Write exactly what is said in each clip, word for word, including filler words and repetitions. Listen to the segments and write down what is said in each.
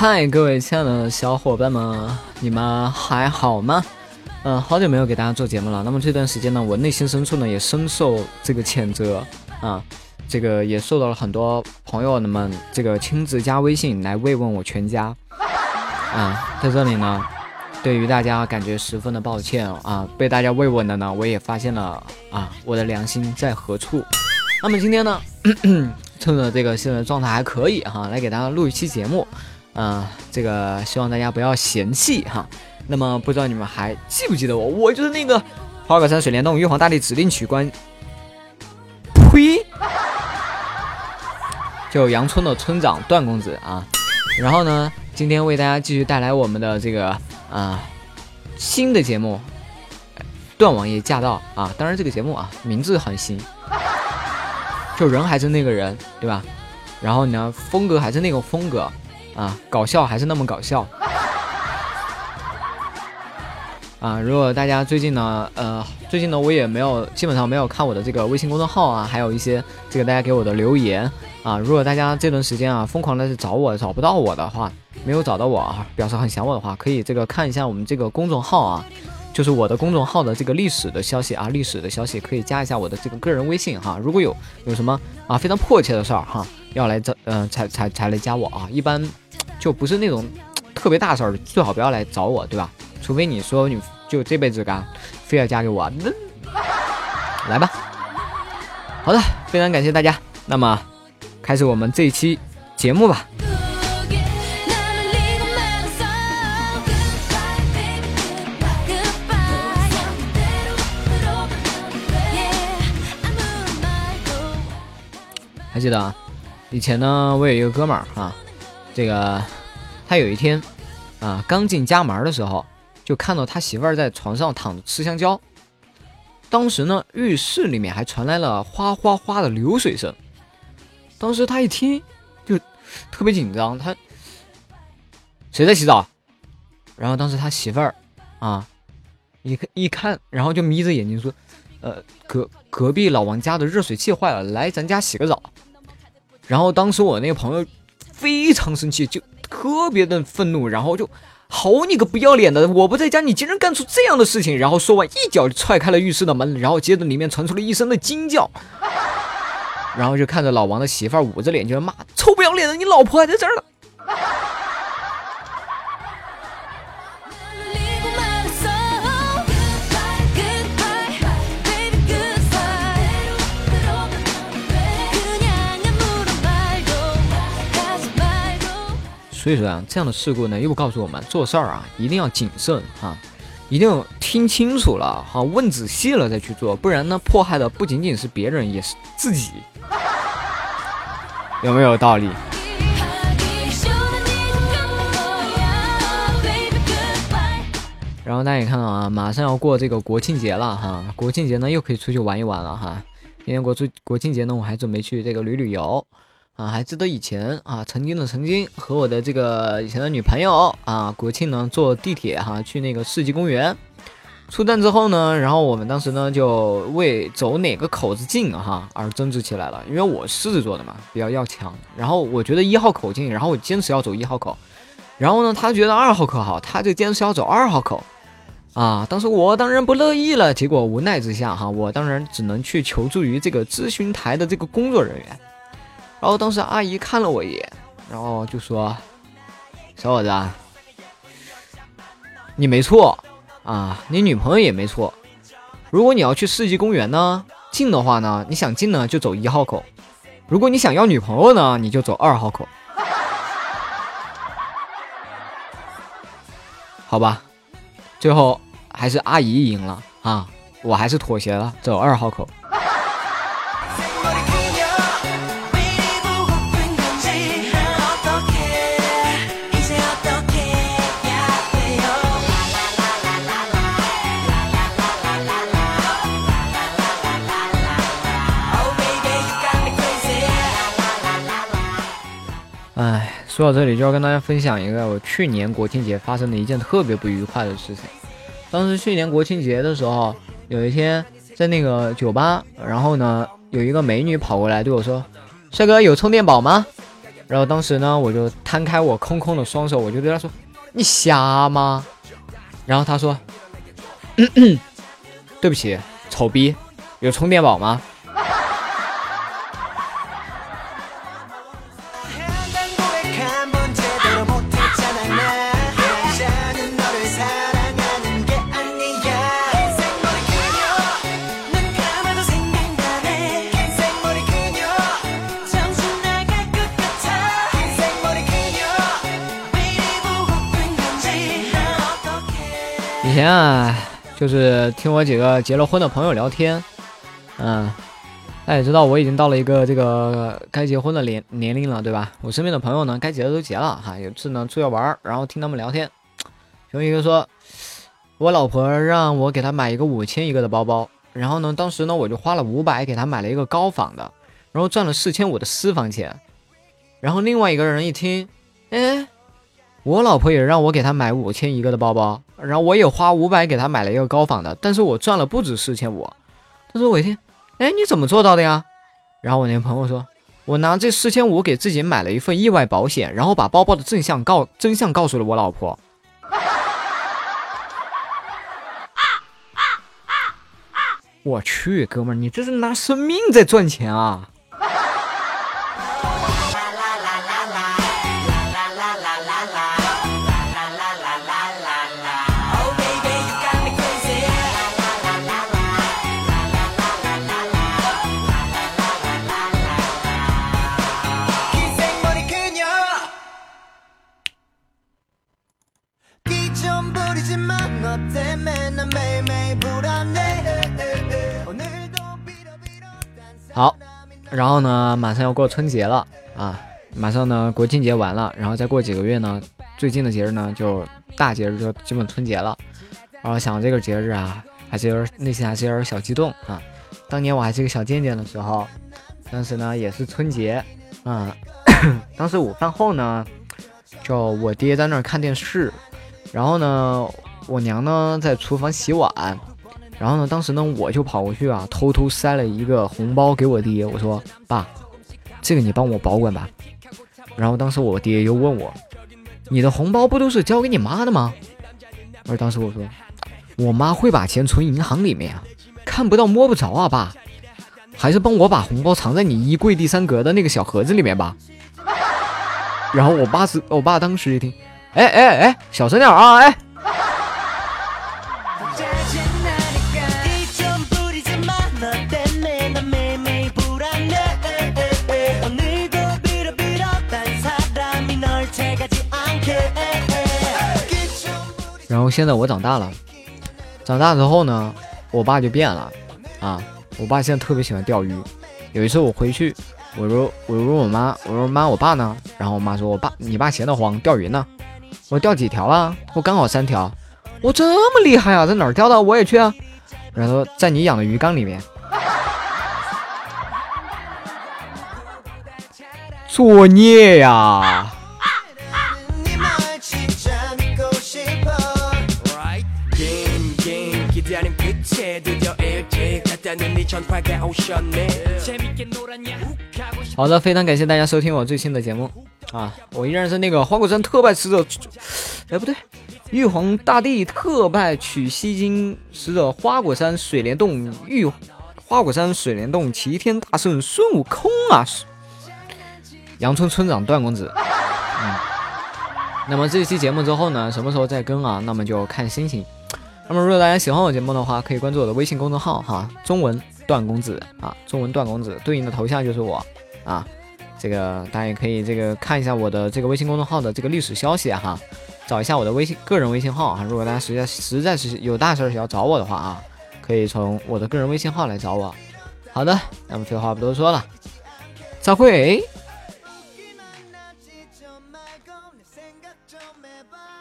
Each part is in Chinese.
嗨，各位亲爱的小伙伴们，你们还好吗？嗯、呃，好久没有给大家做节目了。那么这段时间呢，我内心深处呢也深受这个谴责啊，这个也受到了很多朋友们这个亲自加微信来慰问我全家啊，在这里呢，对于大家感觉十分的抱歉啊，被大家慰问的呢，我也发现了啊，我的良心在何处。那么今天呢，咳咳趁着这个现在状态还可以哈、啊，来给大家录一期节目。啊、呃，这个希望大家不要嫌弃哈。那么不知道你们还记不记得我？我就是那个花果山水帘洞玉皇大帝指定曲官，呸！就阳村的村长段公子啊。然后呢，今天为大家继续带来我们的这个啊、呃、新的节目，段王爷驾到啊。当然这个节目啊名字很新，就人还是那个人，对吧？然后呢，风格还是那个风格。啊，搞笑还是那么搞笑啊！如果大家最近呢，呃，最近呢，我也没有，基本上没有看我的这个微信公众号啊，还有一些这个大家给我的留言啊。如果大家这段时间啊疯狂的找我找不到我的话，没有找到我啊，表示很想我的话，可以这个看一下我们这个公众号啊，就是我的公众号的这个历史的消息啊，历史的消息可以加一下我的这个个人微信哈。如果有有什么啊非常迫切的事儿哈，要来找呃才才才来加我啊，一般。就不是那种特别大事儿，最好不要来找我，对吧？除非你说你就这辈子干，非要嫁给我，那来吧。好的，非常感谢大家。那么，开始我们这一期节目吧。还记得啊，以前呢，我有一个哥们儿啊。这个他有一天啊，刚进家门的时候，就看到他媳妇儿在床上躺着吃香蕉。当时呢，浴室里面还传来了哗哗哗的流水声。当时他一听就特别紧张，他谁在洗澡？然后当时他媳妇儿啊一一看，然后就眯着眼睛说：“呃，隔隔壁老王家的热水器坏了，来咱家洗个澡。”然后当时我那个朋友。非常生气，就特别的愤怒，然后就好你个不要脸的，我不在家你竟然干出这样的事情。然后说完一脚就踹开了浴室的门，然后接着里面传出了一声的惊叫，然后就看着老王的媳妇儿捂着脸就骂：臭不要脸的，你老婆还在这儿呢。所以说啊，这样的事故呢，又告诉我们做事儿啊，一定要谨慎啊，一定要听清楚了哈、啊，问仔细了再去做，不然呢，迫害的不仅仅是别人，也是自己，有没有道理？然后大家也看到啊，马上要过这个国庆节了哈，国庆节呢又可以出去玩一玩了哈。今年国出国庆节呢，我还准备去这个旅旅游。啊，还记得以前啊，曾经的曾经和我的这个以前的女朋友啊，国庆呢坐地铁哈、啊、去那个世纪公园，出站之后呢，然后我们当时呢就为走哪个口子近哈、啊、而争执起来了，因为我狮子座的嘛，比较要强，然后我觉得一号口近，然后我坚持要走一号口，然后呢他觉得二号口好，他就坚持要走二号口，啊，当时我当然不乐意了，结果无奈之下哈、啊，我当然只能去求助于这个咨询台的这个工作人员。然后当时阿姨看了我一眼，然后就说：“小伙子，你没错啊，你女朋友也没错。如果你要去世纪公园呢，近的话呢，你想近呢就走一号口；如果你想要女朋友呢，你就走二号口。好吧，最后还是阿姨赢了啊，我还是妥协了，走二号口。”哎，说到这里就要跟大家分享一个我去年国庆节发生的一件特别不愉快的事情。当时去年国庆节的时候，有一天在那个酒吧，然后呢有一个美女跑过来对我说：“帅哥有充电宝吗？” 然后当时呢，我就摊开我空空的双手，我就对他说：“你瞎吗？”然后他说：“嗯嗯，对不起，丑逼，有充电宝吗？”以前啊，就是听我几个结了婚的朋友聊天，嗯，大家也知道我已经到了一个这个该结婚的年年龄了，对吧？我身边的朋友呢，该结的都结了哈。有次呢出去玩，然后听他们聊天，其中一个说，我老婆让我给她买一个五千一个的包包，然后呢，当时呢我就花了五百给她买了一个高仿的，然后赚了四千五的私房钱。然后另外一个人一听，哎。我老婆也让我给她买五千一个的包包，然后我也花五百给她买了一个高仿的，但是我赚了不止四千五。他说我一听，哎，你怎么做到的呀？然后我那朋友说，我拿这四千五给自己买了一份意外保险，然后把包包的真相告真相告诉了我老婆。我去，哥们儿，你这是拿生命在赚钱啊！好，然后呢，马上要过春节了啊，马上呢国庆节完了，然后再过几个月呢，最近的节日呢就大节日就基本春节了。然后想这个节日啊，还是有点内心还是有点小激动啊。当年我还是个小贱贱的时候，当时呢也是春节啊，当时午饭后呢，就我爹在那儿看电视，然后呢我娘呢在厨房洗碗。然后呢，当时呢，我就跑过去啊，偷偷塞了一个红包给我爹，我说：“爸，这个你帮我保管吧。”然后当时我爹又问我：“你的红包不都是交给你妈的吗？”而当时我说：“我妈会把钱存银行里面啊，看不到摸不着啊，爸，还是帮我把红包藏在你衣柜第三格的那个小盒子里面吧。”然后我爸是，我爸当时一听，哎哎哎，小声点啊，哎。然后现在我长大了，长大之后呢，我爸就变了啊！我爸现在特别喜欢钓鱼。有一次我回去，我说我问我妈，我说妈，我爸呢？然后我妈说，我爸你爸闲得慌，钓鱼呢。我钓几条了？我刚好三条。我这么厉害啊，在哪儿钓的？我也去啊。然后在你养的鱼缸里面。作孽呀！好的，非常感谢大家收听我最新的节目啊！我依然是那个花果山特派使者，哎不对，玉皇大帝特派取西经使者花果山水帘洞玉花果山水帘洞齐天大圣孙悟空啊！阳春村长段公子，嗯，那么这期节目之后呢，什么时候再更啊？那么就看心情。那么如果大家喜欢我节目的话，可以关注我的微信公众号哈，中文段公子啊，中文段公子，对应的头像就是我啊。这个大家也可以这个看一下我的这个微信公众号的这个历史消息啊哈，找一下我的微信个人微信号啊。如果大家实在实在是有大事想要找我的话啊，可以从我的个人微信号来找我。好的，那么废話不多說了，再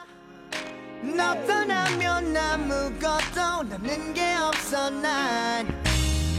會。나타나면 아무것도 남는 게 없어 난